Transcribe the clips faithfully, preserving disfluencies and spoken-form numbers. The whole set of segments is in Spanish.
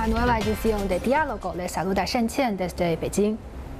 nueva edición de Diálogo. Les saluda Shen Qian desde Beijing.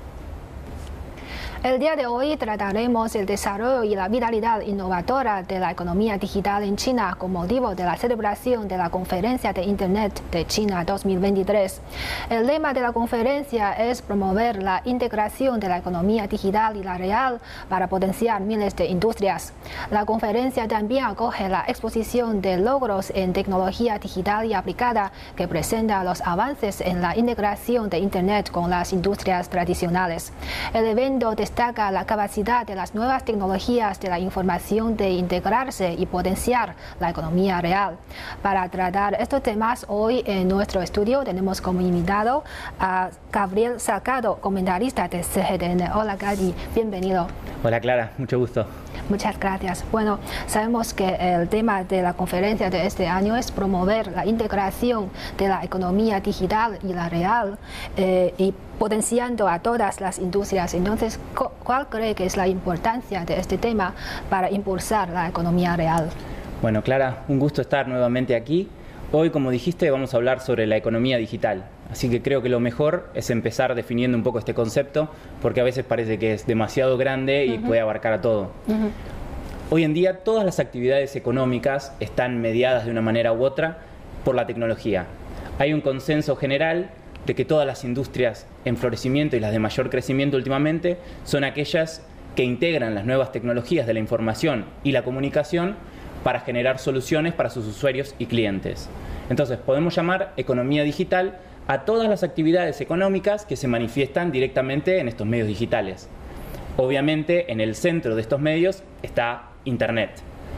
El día de hoy trataremos el desarrollo y la vitalidad innovadora de la economía digital en China con motivo de la celebración de la Conferencia de Internet de China dos mil veintitrés. El lema de la conferencia es promover la integración de la economía digital y la real para potenciar miles de industrias. La conferencia también acoge la exposición de logros en tecnología digital y aplicada que presenta los avances en la integración de Internet con las industrias tradicionales. El evento destaca la capacidad de las nuevas tecnologías de la información de integrarse y potenciar la economía real. Para tratar estos temas, hoy en nuestro estudio tenemos como invitado a Gabriel Salgado, comentarista de C G T N. Hola, Gaby, bienvenido. Hola, Clara, mucho gusto. Muchas gracias. Bueno, sabemos que el tema de la conferencia de este año es promover la integración de la economía digital y la real eh, y potenciando a todas las industrias. Entonces, ¿cuál cree que es la importancia de este tema para impulsar la economía real? Bueno, Clara, un gusto estar nuevamente aquí. Hoy, como dijiste, vamos a hablar sobre la economía digital. Así que creo que lo mejor es empezar definiendo un poco este concepto, porque a veces parece que es demasiado grande y uh-huh. puede abarcar a todo. Uh-huh. Hoy en día todas las actividades económicas están mediadas de una manera u otra por la tecnología. Hay un consenso general de que todas las industrias en florecimiento y las de mayor crecimiento últimamente son aquellas que integran las nuevas tecnologías de la información y la comunicación para generar soluciones para sus usuarios y clientes. Entonces, podemos llamar economía digital a todas las actividades económicas que se manifiestan directamente en estos medios digitales. Obviamente, en el centro de estos medios está Internet.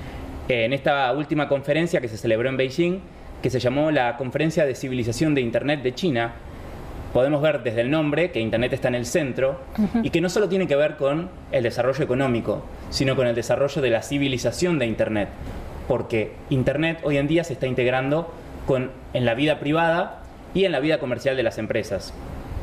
En esta última conferencia que se celebró en Beijing, que se llamó la Conferencia de Civilización de Internet de China, podemos ver desde el nombre que Internet está en el centro uh-huh. y que no solo tiene que ver con el desarrollo económico, sino con el desarrollo de la civilización de Internet, porque Internet hoy en día se está integrando con, en la vida privada y en la vida comercial de las empresas.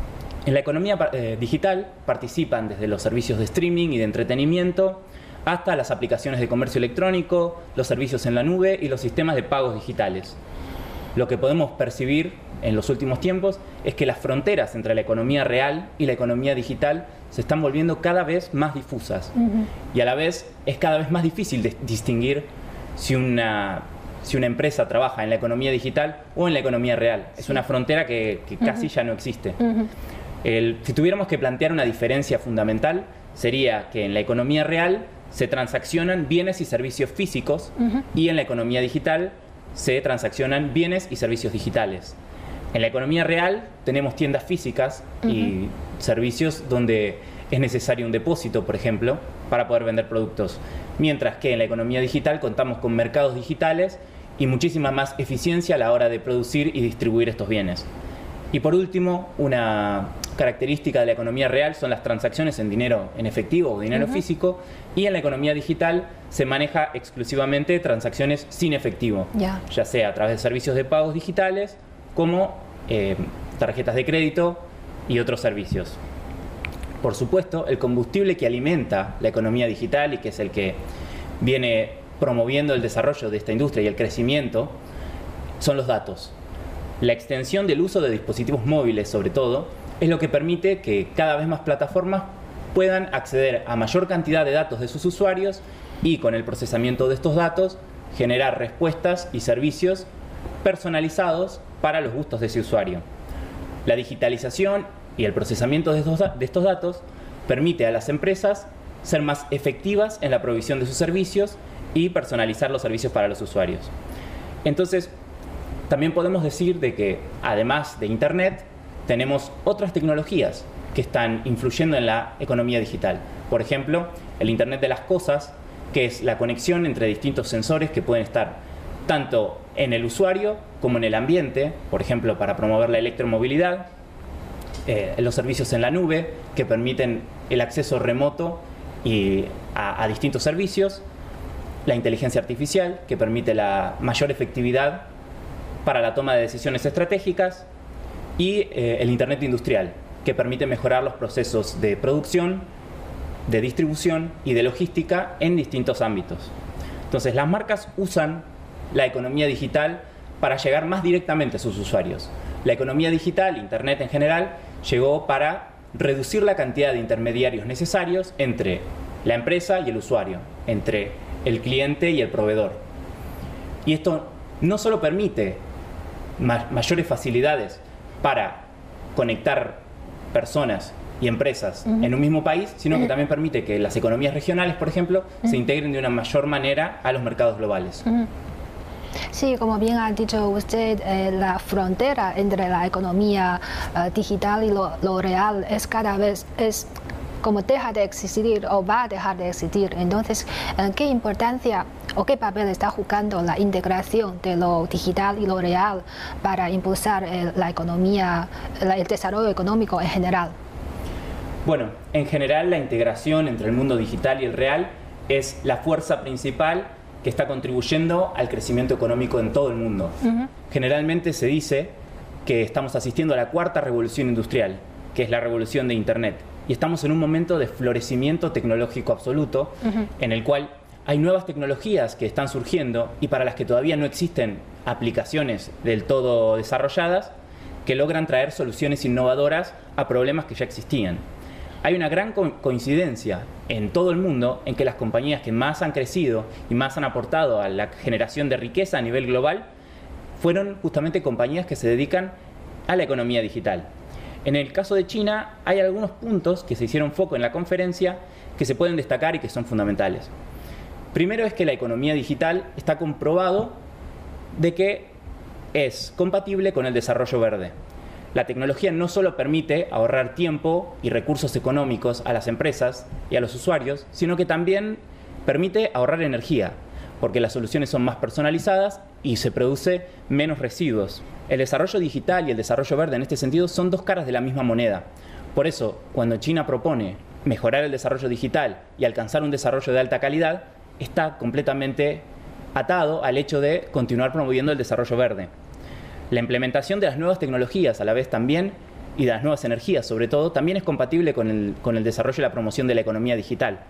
En la economía eh, digital participan desde los servicios de streaming y de entretenimiento hasta las aplicaciones de comercio electrónico, los servicios en la nube y los sistemas de pagos digitales. Lo que podemos percibir en los últimos tiempos es que las fronteras entre la economía real y la economía digital se están volviendo cada vez más difusas. Uh-huh. Y a la vez es cada vez más difícil de distinguir si una, si una empresa trabaja en la economía digital o en la economía real. Sí. Es una frontera que, que casi uh-huh. ya no existe. Uh-huh. El, si tuviéramos que plantear una diferencia fundamental, sería que en la economía real se transaccionan bienes y servicios físicos uh-huh. y en la economía digital se transaccionan bienes y servicios digitales. En la economía real tenemos tiendas físicas uh-huh. y servicios donde es necesario un depósito, por ejemplo, para poder vender productos. Mientras que en la economía digital contamos con mercados digitales y muchísima más eficiencia a la hora de producir y distribuir estos bienes. Y por último, una característica de la economía real son las transacciones en dinero en efectivo o dinero uh-huh. físico, y en la economía digital se maneja exclusivamente transacciones sin efectivo, yeah. ya sea a través de servicios de pagos digitales como eh, tarjetas de crédito y otros servicios. Por supuesto, el combustible que alimenta la economía digital y que es el que viene promoviendo el desarrollo de esta industria y el crecimiento son los datos. La extensión del uso de dispositivos móviles, sobre todo, es lo que permite que cada vez más plataformas puedan acceder a mayor cantidad de datos de sus usuarios y, con el procesamiento de estos datos, generar respuestas y servicios personalizados para los gustos de ese usuario. La digitalización y el procesamiento de estos, de estos datos permite a las empresas ser más efectivas en la provisión de sus servicios y personalizar los servicios para los usuarios. Entonces, también podemos decir de que, además de Internet, tenemos otras tecnologías que están influyendo en la economía digital. Por ejemplo, el Internet de las cosas, que es la conexión entre distintos sensores que pueden estar tanto en el usuario como en el ambiente, por ejemplo, para promover la electromovilidad, eh, los servicios en la nube, que permiten el acceso remoto y a, a distintos servicios, la inteligencia artificial, que permite la mayor efectividad para la toma de decisiones estratégicas, y eh, el Internet industrial, que permite mejorar los procesos de producción, de distribución y de logística en distintos ámbitos. Entonces, las marcas usan la economía digital para llegar más directamente a sus usuarios. La economía digital, Internet en general, llegó para reducir la cantidad de intermediarios necesarios entre la empresa y el usuario, entre el cliente y el proveedor. Y esto no solo permite ma- mayores facilidades para conectar personas y empresas uh-huh. en un mismo país, sino que uh-huh. también permite que las economías regionales, por ejemplo, uh-huh. se integren de una mayor manera a los mercados globales. Uh-huh. Sí, como bien ha dicho usted, eh, la frontera entre la economía eh, digital y lo, lo real es cada vez es como deja de existir o va a dejar de existir. Entonces, eh, ¿qué importancia o qué papel está jugando la integración de lo digital y lo real para impulsar eh, la economía, la, el desarrollo económico en general? Bueno, en general la integración entre el mundo digital y el real es la fuerza principal que está contribuyendo al crecimiento económico en todo el mundo. Uh-huh. Generalmente se dice que estamos asistiendo a la cuarta revolución industrial, que es la revolución de Internet. Y estamos en un momento de florecimiento tecnológico absoluto, uh-huh. en el cual hay nuevas tecnologías que están surgiendo y para las que todavía no existen aplicaciones del todo desarrolladas que logran traer soluciones innovadoras a problemas que ya existían. Hay una gran co- coincidencia en todo el mundo en que las compañías que más han crecido y más han aportado a la generación de riqueza a nivel global fueron justamente compañías que se dedican a la economía digital. En el caso de China hay algunos puntos que se hicieron foco en la conferencia que se pueden destacar y que son fundamentales. Primero es que la economía digital está comprobado de que es compatible con el desarrollo verde. La tecnología no solo permite ahorrar tiempo y recursos económicos a las empresas y a los usuarios, sino que también permite ahorrar energía, porque las soluciones son más personalizadas y se produce menos residuos. El desarrollo digital y el desarrollo verde en este sentido son dos caras de la misma moneda. Por eso, cuando China propone mejorar el desarrollo digital y alcanzar un desarrollo de alta calidad, está completamente atado al hecho de continuar promoviendo el desarrollo verde. La implementación de las nuevas tecnologías a la vez también, y de las nuevas energías sobre todo, también es compatible con el, con el desarrollo y la promoción de la economía digital,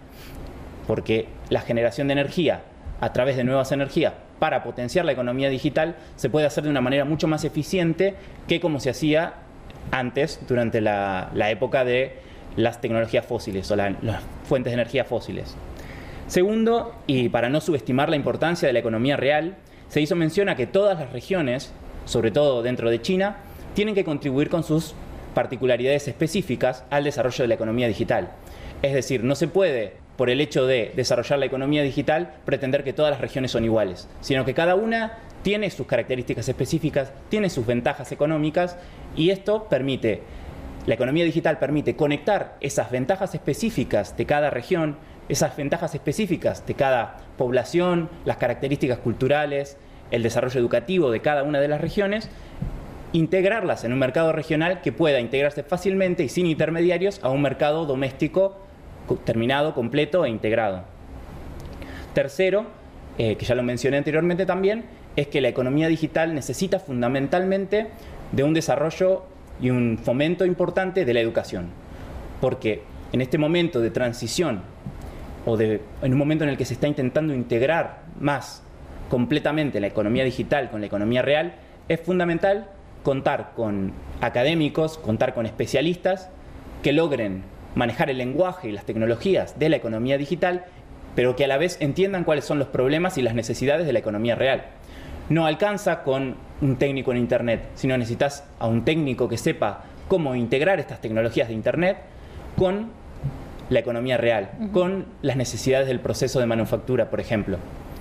porque la generación de energía a través de nuevas energías para potenciar la economía digital se puede hacer de una manera mucho más eficiente que como se hacía antes durante la, la época de las tecnologías fósiles o la, las fuentes de energía fósiles. Segundo, y para no subestimar la importancia de la economía real, se hizo mención a que todas las regiones, sobre todo dentro de China, tienen que contribuir con sus particularidades específicas al desarrollo de la economía digital. Es decir, no se puede, por el hecho de desarrollar la economía digital, pretender que todas las regiones son iguales, sino que cada una tiene sus características específicas, tiene sus ventajas económicas, y esto permite, la economía digital permite conectar esas ventajas específicas de cada región, esas ventajas específicas de cada población, las características culturales, el desarrollo educativo de cada una de las regiones, integrarlas en un mercado regional que pueda integrarse fácilmente y sin intermediarios a un mercado doméstico terminado, completo e integrado. Tercero, eh, que ya lo mencioné anteriormente también, es que la economía digital necesita fundamentalmente de un desarrollo y un fomento importante de la educación, porque en este momento de transición o de, en un momento en el que se está intentando integrar más completamente la economía digital con la economía real, es fundamental contar con académicos, contar con especialistas que logren manejar el lenguaje y las tecnologías de la economía digital, pero que a la vez entiendan cuáles son los problemas y las necesidades de la economía real. No alcanza con un técnico en Internet, sino necesitas a un técnico que sepa cómo integrar estas tecnologías de Internet con la economía real, uh-huh. con las necesidades del proceso de manufactura, por ejemplo.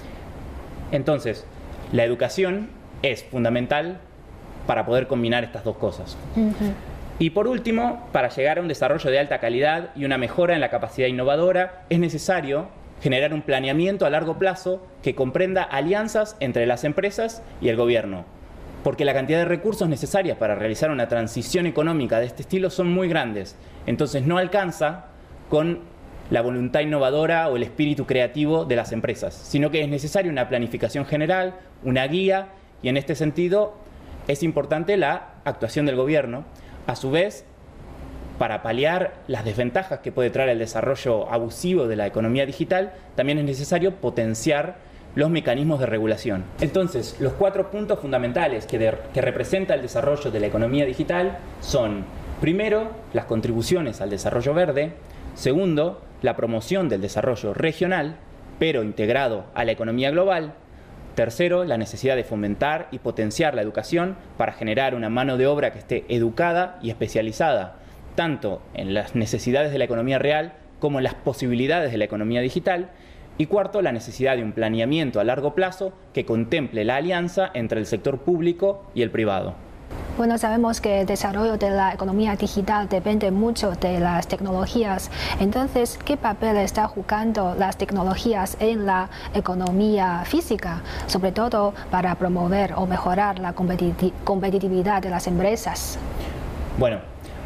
Entonces, la educación es fundamental para poder combinar estas dos cosas. Uh-huh. Y por último, para llegar a un desarrollo de alta calidad y una mejora en la capacidad innovadora, es necesario generar un planeamiento a largo plazo que comprenda alianzas entre las empresas y el gobierno, porque la cantidad de recursos necesarias para realizar una transición económica de este estilo son muy grandes. Entonces no alcanza con la voluntad innovadora o el espíritu creativo de las empresas, sino que es necesaria una planificación general, una guía, y en este sentido es importante la actuación del gobierno. A su vez, para paliar las desventajas que puede traer el desarrollo abusivo de la economía digital, también es necesario potenciar los mecanismos de regulación. Entonces, los cuatro puntos fundamentales que, de, que representa el desarrollo de la economía digital son, primero, las contribuciones al desarrollo verde; segundo, la promoción del desarrollo regional, pero integrado a la economía global; tercero, la necesidad de fomentar y potenciar la educación para generar una mano de obra que esté educada y especializada, tanto en las necesidades de la economía real como en las posibilidades de la economía digital; y cuarto, la necesidad de un planeamiento a largo plazo que contemple la alianza entre el sector público y el privado. Bueno, sabemos que el desarrollo de la economía digital depende mucho de las tecnologías. Entonces, ¿qué papel están jugando las tecnologías en la economía física, sobre todo para promover o mejorar la competiti- competitividad de las empresas? Bueno,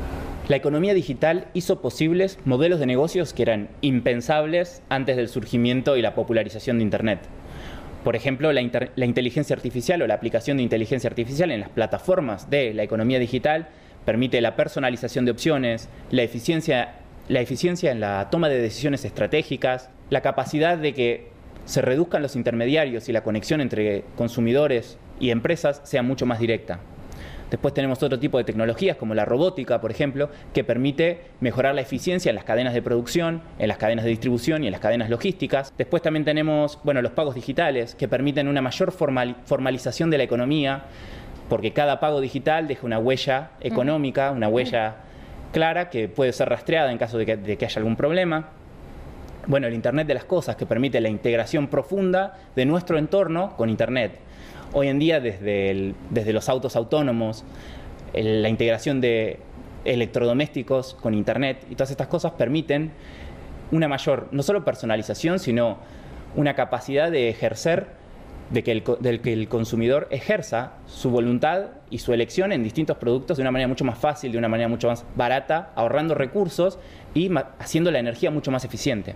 la economía digital hizo posibles modelos de negocios que eran impensables antes del surgimiento y la popularización de Internet. Por ejemplo, la, inter- la inteligencia artificial o la aplicación de inteligencia artificial en las plataformas de la economía digital permite la personalización de opciones, la eficiencia, la eficiencia en la toma de decisiones estratégicas, la capacidad de que se reduzcan los intermediarios y la conexión entre consumidores y empresas sea mucho más directa. Después tenemos otro tipo de tecnologías como la robótica, por ejemplo, que permite mejorar la eficiencia en las cadenas de producción, en las cadenas de distribución y en las cadenas logísticas. Después también tenemos, bueno, los pagos digitales, que permiten una mayor formal, formalización de la economía, porque cada pago digital deja una huella económica, una huella clara que puede ser rastreada en caso de que, de que haya algún problema. Bueno, el Internet de las cosas, que permite la integración profunda de nuestro entorno con Internet. Hoy en día, desde, el, desde los autos autónomos, el, la integración de electrodomésticos con Internet y todas estas cosas permiten una mayor, no solo personalización, sino una capacidad de ejercer, de que el, del que el consumidor ejerza su voluntad y su elección en distintos productos de una manera mucho más fácil, de una manera mucho más barata, ahorrando recursos y haciendo la energía mucho más eficiente.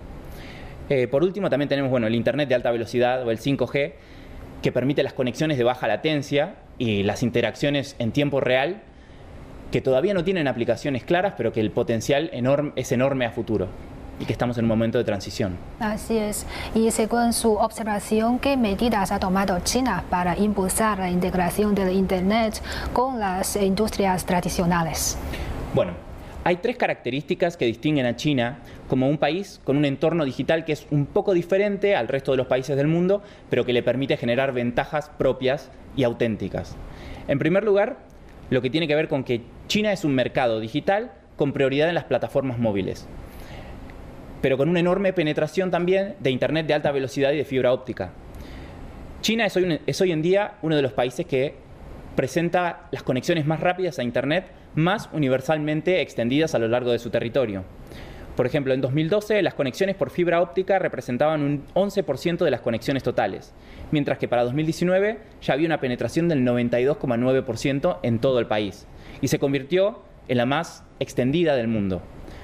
Eh, por último, también tenemos, bueno, el Internet de alta velocidad o el cinco G, que permite las conexiones de baja latencia y las interacciones en tiempo real, que todavía no tienen aplicaciones claras, pero que el potencial enorme, es enorme a futuro y que estamos en un momento de transición. Así es. Y según su observación, ¿qué medidas ha tomado China para impulsar la integración del Internet con las industrias tradicionales? Bueno, hay tres características que distinguen a China como un país con un entorno digital que es un poco diferente al resto de los países del mundo, pero que le permite generar ventajas propias y auténticas. En primer lugar, lo que tiene que ver con que China es un mercado digital con prioridad en las plataformas móviles, pero con una enorme penetración también de Internet de alta velocidad y de fibra óptica. China es hoy, es hoy en día uno de los países que presenta las conexiones más rápidas a Internet, más universalmente extendidas a lo largo de su territorio. Por ejemplo, en dos mil doce las conexiones por fibra óptica representaban un once por ciento de las conexiones totales, mientras que para dos mil diecinueve ya había una penetración del noventa y dos coma nueve por ciento en todo el país y se convirtió en la más extendida del mundo.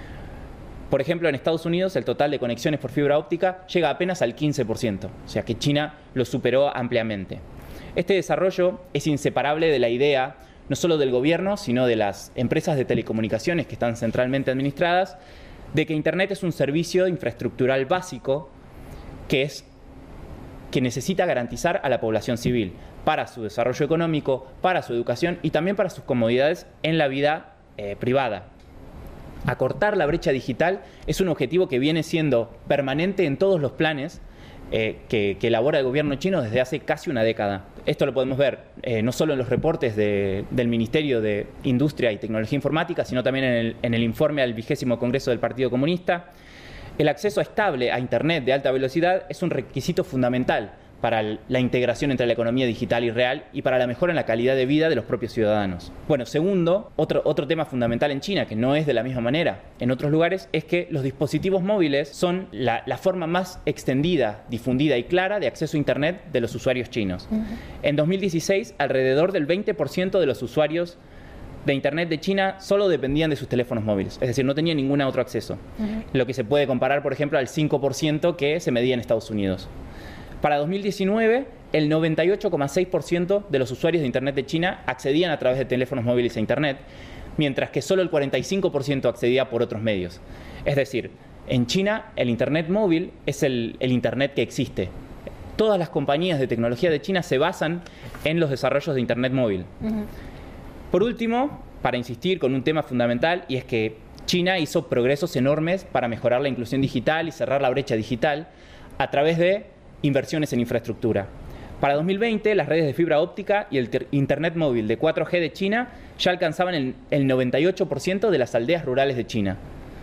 Por ejemplo, en Estados Unidos el total de conexiones por fibra óptica llega apenas al quince por ciento, o sea que China lo superó ampliamente. Este desarrollo es inseparable de la idea no solo del gobierno, sino de las empresas de telecomunicaciones que están centralmente administradas, de que Internet es un servicio infraestructural básico que, es, que necesita garantizar a la población civil para su desarrollo económico, para su educación y también para sus comodidades en la vida eh, privada. Acortar la brecha digital es un objetivo que viene siendo permanente en todos los planes eh, que, que elabora el gobierno chino desde hace casi una década. Esto lo podemos ver eh, no solo en los reportes de, del Ministerio de Industria y Tecnología Informática, sino también en el, en el informe al vigésimo Congreso del Partido Comunista. El acceso estable a Internet de alta velocidad es un requisito fundamental para la integración entre la economía digital y real y para la mejora en la calidad de vida de los propios ciudadanos. Bueno, segundo, otro, otro tema fundamental en China, que no es de la misma manera en otros lugares, es que los dispositivos móviles son la, la forma más extendida, difundida y clara de acceso a Internet de los usuarios chinos. Uh-huh. En dos mil dieciséis, alrededor del veinte por ciento de los usuarios de Internet de China solo dependían de sus teléfonos móviles, es decir, no tenían ningún otro acceso. Uh-huh. Lo que se puede comparar, por ejemplo, al cinco por ciento que se medía en Estados Unidos. Para dos mil diecinueve, el noventa y ocho coma seis por ciento de los usuarios de Internet de China accedían a través de teléfonos móviles a Internet, mientras que solo el cuarenta y cinco por ciento accedía por otros medios. Es decir, en China el Internet móvil es el, el Internet que existe. todas las compañías de tecnología de China se basan en los desarrollos de Internet móvil. Uh-huh. Por último, para insistir con un tema fundamental, y es que China hizo progresos enormes para mejorar la inclusión digital y cerrar la brecha digital a través de inversiones en infraestructura. Para dos mil veinte, las redes de fibra óptica y el Internet móvil de cuatro G de China ya alcanzaban el, el noventa y ocho por ciento de las aldeas rurales de China.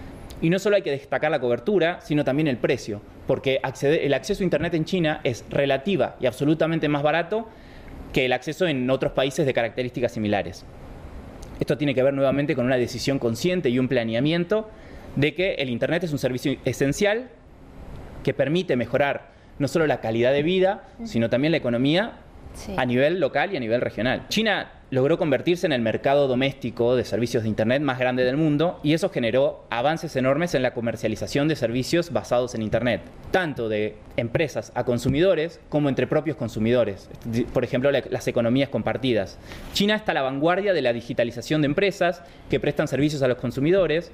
Y no solo hay que destacar la cobertura, sino también el precio, porque acceder, el acceso a Internet en China es relativa y absolutamente más barato que el acceso en otros países de características similares. Esto tiene que ver nuevamente con una decisión consciente y un planeamiento de que el Internet es un servicio esencial que permite mejorar no solo la calidad de vida, sino también la economía sí. a nivel local y a nivel regional. China logró convertirse en el mercado doméstico de servicios de Internet más grande del mundo y eso generó avances enormes en la comercialización de servicios basados en Internet, tanto de empresas a consumidores como entre propios consumidores. Por ejemplo, las economías compartidas. China está a la vanguardia de la digitalización de empresas que prestan servicios a los consumidores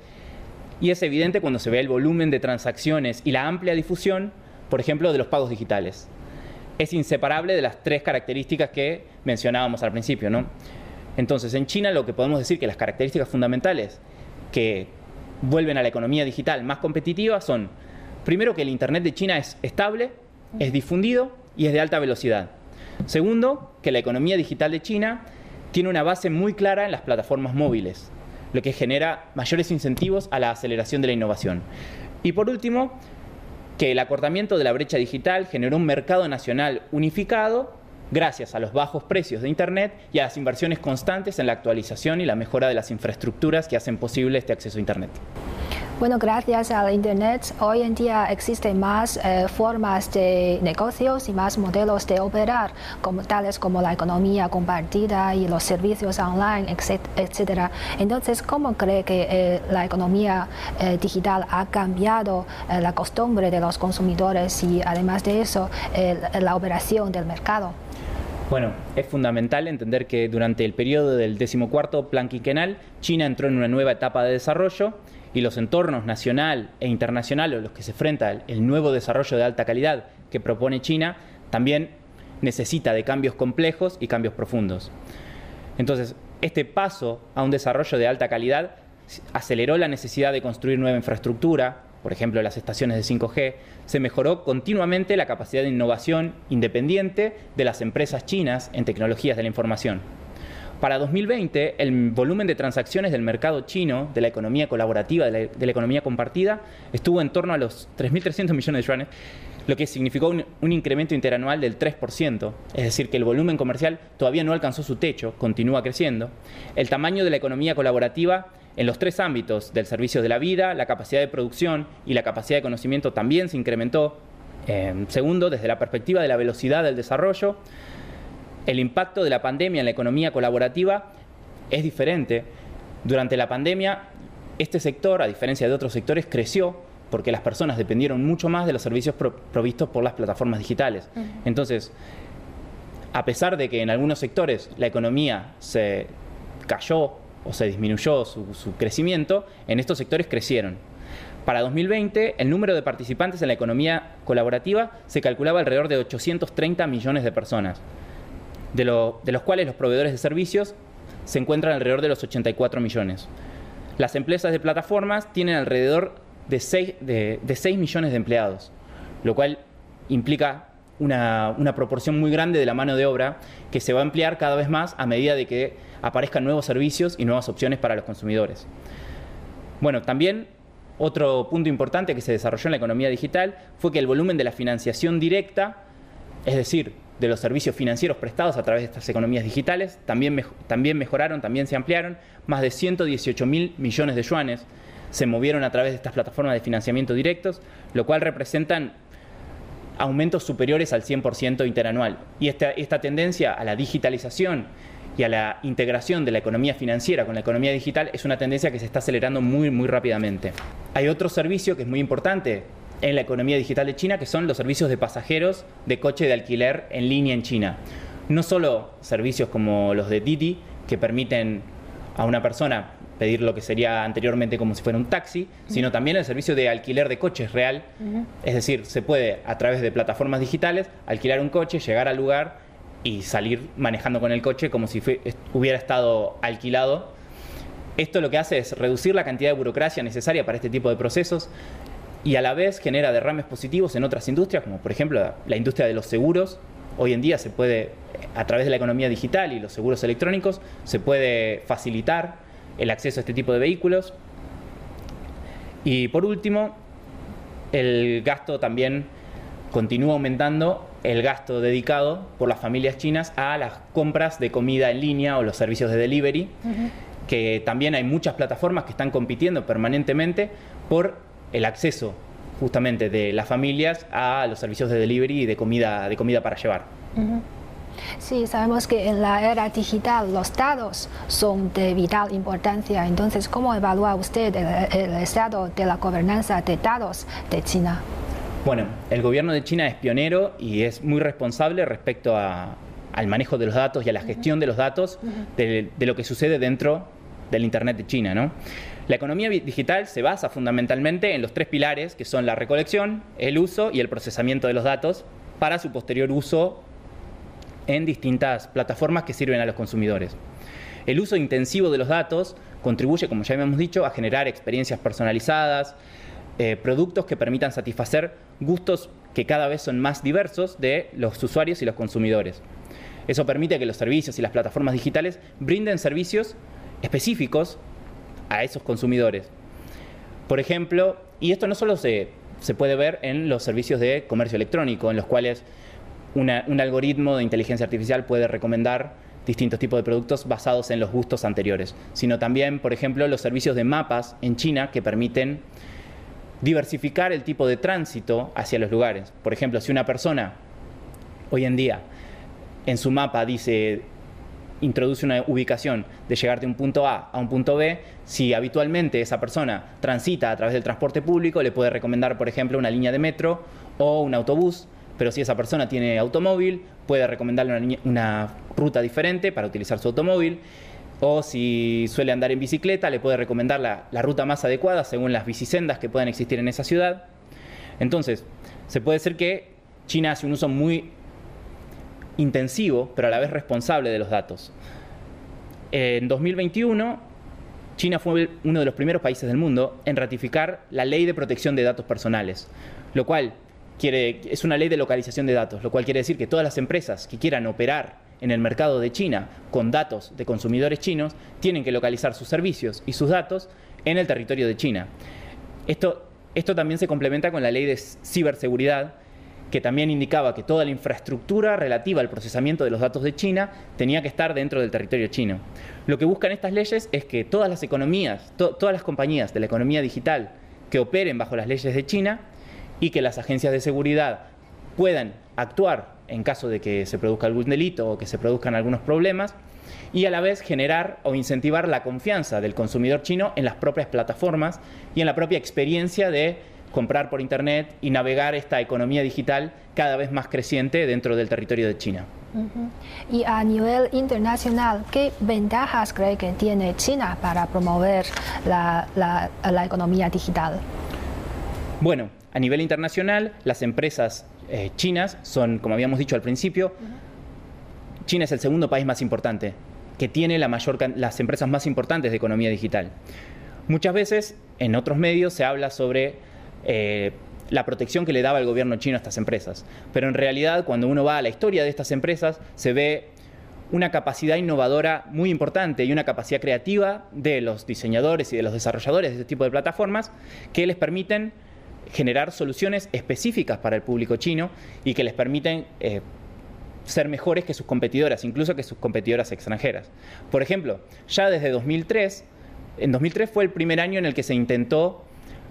y es evidente cuando se ve el volumen de transacciones y la amplia difusión, por ejemplo, de los pagos digitales. Es inseparable de las tres características que mencionábamos al principio, ¿no? Entonces, en China lo que podemos decir que las características fundamentales que vuelven a la economía digital más competitiva son, primero, que el Internet de China es estable, es difundido y es de alta velocidad. Segundo, que la economía digital de China tiene una base muy clara en las plataformas móviles, lo que genera mayores incentivos a la aceleración de la innovación. Y por último, que el acortamiento de la brecha digital generó un mercado nacional unificado gracias a los bajos precios de Internet y a las inversiones constantes en la actualización y la mejora de las infraestructuras que hacen posible este acceso a Internet. Bueno, gracias al Internet, hoy en día existen más eh, formas de negocios y más modelos de operar, como, tales como la economía compartida y los servicios online, etcétera. Entonces, ¿cómo cree que eh, la economía eh, digital ha cambiado eh, la costumbre de los consumidores y, además de eso, eh, la operación del mercado? Bueno, es fundamental entender que durante el periodo del decimocuarto Plan Quinquenal, China entró en una nueva etapa de desarrollo y los entornos nacional e internacional a los que se enfrenta el nuevo desarrollo de alta calidad que propone China también necesita de cambios complejos y cambios profundos. Entonces, este paso a un desarrollo de alta calidad aceleró la necesidad de construir nueva infraestructura, por ejemplo las estaciones de cinco G, se mejoró continuamente la capacidad de innovación independiente de las empresas chinas en tecnologías de la información. Para dos mil veinte, el volumen de transacciones del mercado chino, de la economía colaborativa, de la, de la economía compartida, estuvo en torno a los tres mil trescientos millones de yuanes, lo que significó un, un incremento interanual del tres por ciento, es decir, que el volumen comercial todavía no alcanzó su techo, continúa creciendo. El tamaño de la economía colaborativa en los tres ámbitos del servicio de la vida, la capacidad de producción y la capacidad de conocimiento también se incrementó. Eh, segundo, desde la perspectiva de la velocidad del desarrollo, el impacto de la pandemia en la economía colaborativa es diferente. Durante la pandemia, este sector, a diferencia de otros sectores, creció porque las personas dependieron mucho más de los servicios pro provistos por las plataformas digitales. Uh-huh. Entonces, a pesar de que en algunos sectores la economía se cayó o se disminuyó su, su crecimiento, en estos sectores crecieron. Para dos mil veinte, el número de participantes en la economía colaborativa se calculaba alrededor de ochocientos treinta millones de personas. De, lo, de los cuales los proveedores de servicios se encuentran alrededor de los ochenta y cuatro millones. Las empresas de plataformas tienen alrededor de seis, de, de seis millones de empleados, lo cual implica una, una proporción muy grande de la mano de obra que se va a emplear cada vez más a medida de que aparezcan nuevos servicios y nuevas opciones para los consumidores. Bueno, también otro punto importante que se desarrolló en la economía digital fue que el volumen de la financiación directa, es decir, de los servicios financieros prestados a través de estas economías digitales, también, mej también mejoraron, también se ampliaron. Más de ciento dieciocho mil millones de yuanes se movieron a través de estas plataformas de financiamiento directos, lo cual representan aumentos superiores al cien por ciento interanual. Y esta, esta tendencia a la digitalización y a la integración de la economía financiera con la economía digital es una tendencia que se está acelerando muy, muy rápidamente. Hay otro servicio que es muy importante en la economía digital de China, que son los servicios de pasajeros de coche de alquiler en línea en China. No solo servicios como los de Didi, que permiten a una persona pedir lo que sería anteriormente como si fuera un taxi, uh-huh. sino también el servicio de alquiler de coches real. Uh-huh. Es decir, se puede a través de plataformas digitales alquilar un coche, llegar al lugar y salir manejando con el coche como si fue, hubiera estado alquilado. Esto lo que hace es reducir la cantidad de burocracia necesaria para este tipo de procesos y a la vez genera derrames positivos en otras industrias, como por ejemplo la industria de los seguros. Hoy en día se puede, a través de la economía digital y los seguros electrónicos, se puede facilitar el acceso a este tipo de vehículos. Y por último, el gasto también continúa aumentando, el gasto dedicado por las familias chinas a las compras de comida en línea o los servicios de delivery, uh-huh. que también hay muchas plataformas que están compitiendo permanentemente por el acceso justamente de las familias a los servicios de delivery y de comida, de comida para llevar. Uh-huh. Sí, sabemos que en la era digital los datos son de vital importancia. Entonces, ¿cómo evalúa usted el, el estado de la gobernanza de datos de China? Bueno, el gobierno de China es pionero y es muy responsable respecto a, al manejo de los datos y a la gestión uh-huh. de los datos uh-huh. de, de lo que sucede dentro del Internet de China, ¿no? La economía digital se basa fundamentalmente en los tres pilares que son la recolección, el uso y el procesamiento de los datos para su posterior uso en distintas plataformas que sirven a los consumidores. El uso intensivo de los datos contribuye, como ya habíamos dicho, a generar experiencias personalizadas, eh, productos que permitan satisfacer gustos que cada vez son más diversos de los usuarios y los consumidores. Eso permite que los servicios y las plataformas digitales brinden servicios específicos a esos consumidores. Por ejemplo, y esto no solo se, se puede ver en los servicios de comercio electrónico, en los cuales Una, un algoritmo de inteligencia artificial puede recomendar distintos tipos de productos basados en los gustos anteriores, sino también, por ejemplo, los servicios de mapas en China que permiten diversificar el tipo de tránsito hacia los lugares. Por ejemplo, si una persona hoy en día en su mapa dice, introduce una ubicación de llegar de un punto A a un punto B, si habitualmente esa persona transita a través del transporte público, le puede recomendar, por ejemplo, una línea de metro o un autobús. Pero si esa persona tiene automóvil, puede recomendarle una, una ruta diferente para utilizar su automóvil. O si suele andar en bicicleta, le puede recomendar la, la ruta más adecuada según las bicisendas que puedan existir en esa ciudad. Entonces, se puede decir que China hace un uso muy intensivo, pero a la vez responsable de los datos. En dos mil veintiuno, China fue uno de los primeros países del mundo en ratificar la Ley de Protección de Datos Personales, lo cual Quiere, es una ley de localización de datos, lo cual quiere decir que todas las empresas que quieran operar en el mercado de China con datos de consumidores chinos tienen que localizar sus servicios y sus datos en el territorio de China. Esto, esto también se complementa con la ley de ciberseguridad, que también indicaba que toda la infraestructura relativa al procesamiento de los datos de China tenía que estar dentro del territorio chino. Lo que buscan estas leyes es que todas las economías, to, todas las compañías de la economía digital que operen bajo las leyes de China y que las agencias de seguridad puedan actuar en caso de que se produzca algún delito o que se produzcan algunos problemas, y a la vez generar o incentivar la confianza del consumidor chino en las propias plataformas y en la propia experiencia de comprar por Internet y navegar esta economía digital cada vez más creciente dentro del territorio de China. Uh-huh. Y a nivel internacional, ¿qué ventajas cree que tiene China para promover la, la, la economía digital? Bueno, a nivel internacional, las empresas eh, chinas son, como habíamos dicho al principio, uh-huh. China es el segundo país más importante, que tiene la mayor, las empresas más importantes de economía digital. Muchas veces, en otros medios, se habla sobre eh, la protección que le daba el gobierno chino a estas empresas. Pero en realidad, cuando uno va a la historia de estas empresas, se ve una capacidad innovadora muy importante y una capacidad creativa de los diseñadores y de los desarrolladores de este tipo de plataformas que les permiten generar soluciones específicas para el público chino y que les permiten eh, ser mejores que sus competidoras, incluso que sus competidoras extranjeras. Por ejemplo, ya desde dos mil tres, en dos mil tres fue el primer año en el que se intentó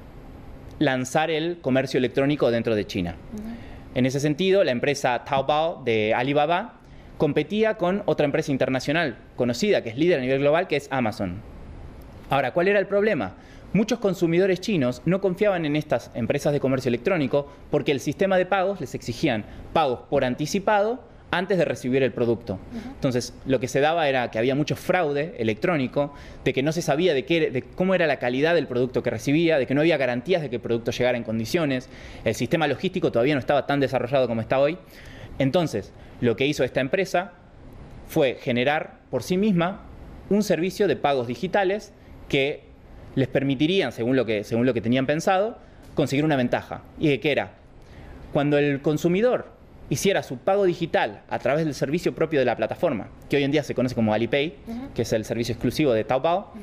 lanzar el comercio electrónico dentro de China. Uh-huh. En ese sentido, la empresa Taobao de Alibaba competía con otra empresa internacional conocida, que es líder a nivel global, que es Amazon. Ahora, ¿cuál era el problema? Muchos consumidores chinos no confiaban en estas empresas de comercio electrónico porque el sistema de pagos les exigían pagos por anticipado antes de recibir el producto. Uh-huh. Entonces, lo que se daba era que había mucho fraude electrónico, de que no se sabía de, qué, de cómo era la calidad del producto que recibía, de que no había garantías de que el producto llegara en condiciones. El sistema logístico todavía no estaba tan desarrollado como está hoy. Entonces, lo que hizo esta empresa fue generar por sí misma un servicio de pagos digitales que les permitirían, según lo que, según lo que tenían pensado, conseguir una ventaja. ¿Y qué era? Cuando el consumidor hiciera su pago digital a través del servicio propio de la plataforma, que hoy en día se conoce como Alipay, uh-huh. que es el servicio exclusivo de Taobao, uh-huh.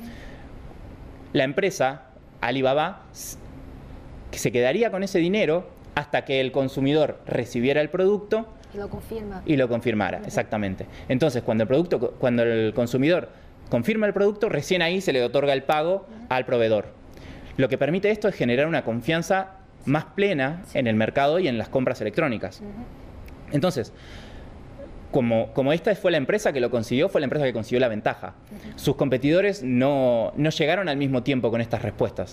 la empresa Alibaba se quedaría con ese dinero hasta que el consumidor recibiera el producto y lo confirma. Y lo confirmara, uh-huh. exactamente. Entonces, cuando el, producto, cuando el consumidor confirma el producto, recién ahí se le otorga el pago uh-huh. al proveedor. Lo que permite esto es generar una confianza más plena sí. en el mercado y en las compras electrónicas. Uh-huh. Entonces, como, como esta fue la empresa que lo consiguió, fue la empresa que consiguió la ventaja. Uh-huh. Sus competidores no, no llegaron al mismo tiempo con estas respuestas.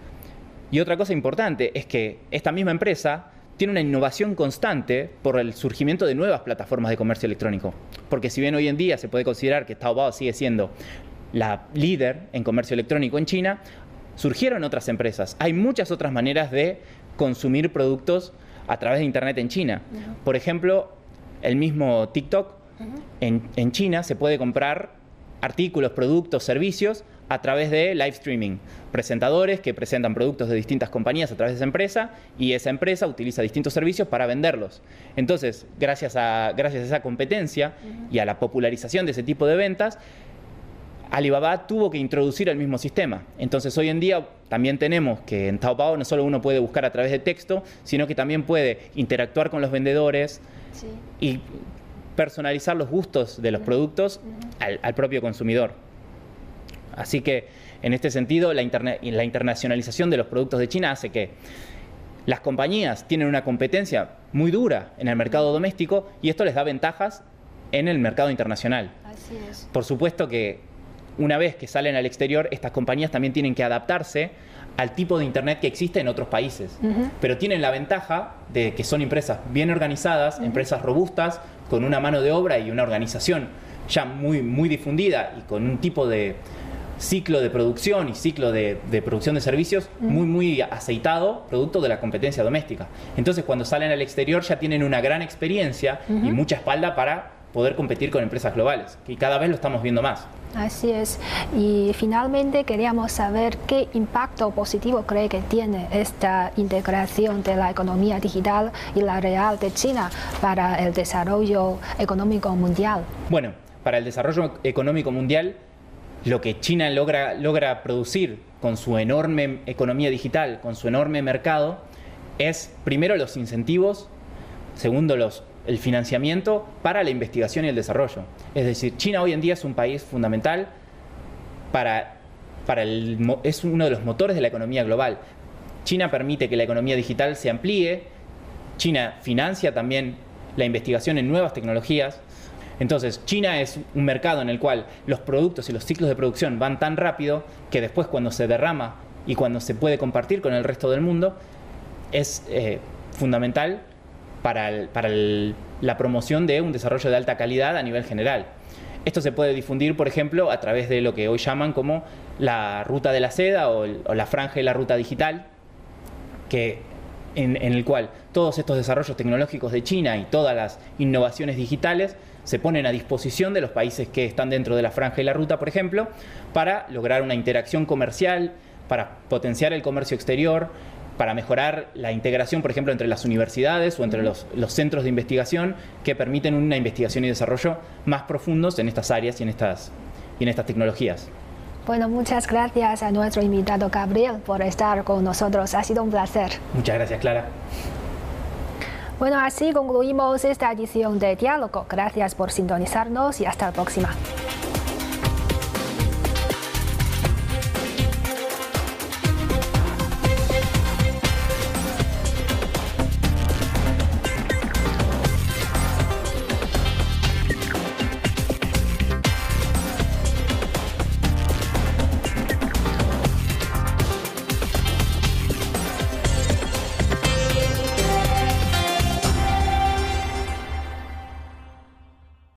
Y otra cosa importante es que esta misma empresa tiene una innovación constante por el surgimiento de nuevas plataformas de comercio electrónico. Porque si bien hoy en día se puede considerar que Taobao sigue siendo la líder en comercio electrónico en China, surgieron otras empresas. Hay muchas otras maneras de consumir productos a través de Internet en China. Uh-huh. Por ejemplo, el mismo TikTok, uh-huh. en, en China se puede comprar artículos, productos, servicios a través de live streaming. Presentadores que presentan productos de distintas compañías a través de esa empresa y esa empresa utiliza distintos servicios para venderlos. Entonces, gracias a, gracias a esa competencia uh-huh. y a la popularización de ese tipo de ventas, Alibaba tuvo que introducir el mismo sistema. Entonces, hoy en día también tenemos que en Taobao no solo uno puede buscar a través de texto, sino que también puede interactuar con los vendedores sí. y personalizar los gustos de los uh-huh. productos uh-huh. al, al propio consumidor. Así que, en este sentido, la, interna- la internacionalización de los productos de China hace que las compañías tienen una competencia muy dura en el mercado uh-huh. doméstico y esto les da ventajas en el mercado internacional. Así es. Por supuesto que una vez que salen al exterior, estas compañías también tienen que adaptarse al tipo de Internet que existe en otros países. Uh-huh. Pero tienen la ventaja de que son empresas bien organizadas, uh-huh. empresas robustas, con una mano de obra y una organización ya muy, muy difundida y con un tipo de ciclo de producción y ciclo de, de producción de servicios uh-huh. muy, muy aceitado, producto de la competencia doméstica. Entonces, cuando salen al exterior ya tienen una gran experiencia uh-huh. y mucha espalda para poder competir con empresas globales, que cada vez lo estamos viendo más. Así es. Y finalmente queríamos saber qué impacto positivo cree que tiene esta integración de la economía digital y la real de China para el desarrollo económico mundial. Bueno, para el desarrollo económico mundial, lo que China logra, logra producir con su enorme economía digital, con su enorme mercado, es primero los incentivos, segundo los el financiamiento para la investigación y el desarrollo. Es decir, China hoy en día es un país fundamental para, para el, es uno de los motores de la economía global. China permite que la economía digital se amplíe, China financia también la investigación en nuevas tecnologías. Entonces, China es un mercado en el cual los productos y los ciclos de producción van tan rápido que después cuando se derrama y cuando se puede compartir con el resto del mundo, es eh, fundamental para, el, para el, la promoción de un desarrollo de alta calidad a nivel general. Esto se puede difundir, por ejemplo, a través de lo que hoy llaman como la ruta de la seda o, el, o la franja de la ruta digital, que, en, en el cual todos estos desarrollos tecnológicos de China y todas las innovaciones digitales se ponen a disposición de los países que están dentro de la franja y la ruta, por ejemplo, para lograr una interacción comercial, para potenciar el comercio exterior, para mejorar la integración, por ejemplo, entre las universidades o entre los, los centros de investigación que permiten una investigación y desarrollo más profundos en estas áreas y en estas, y en estas tecnologías. Bueno, muchas gracias a nuestro invitado Gabriel por estar con nosotros. Ha sido un placer. Muchas gracias, Clara. Bueno, así concluimos esta edición de Diálogo. Gracias por sintonizarnos y hasta la próxima.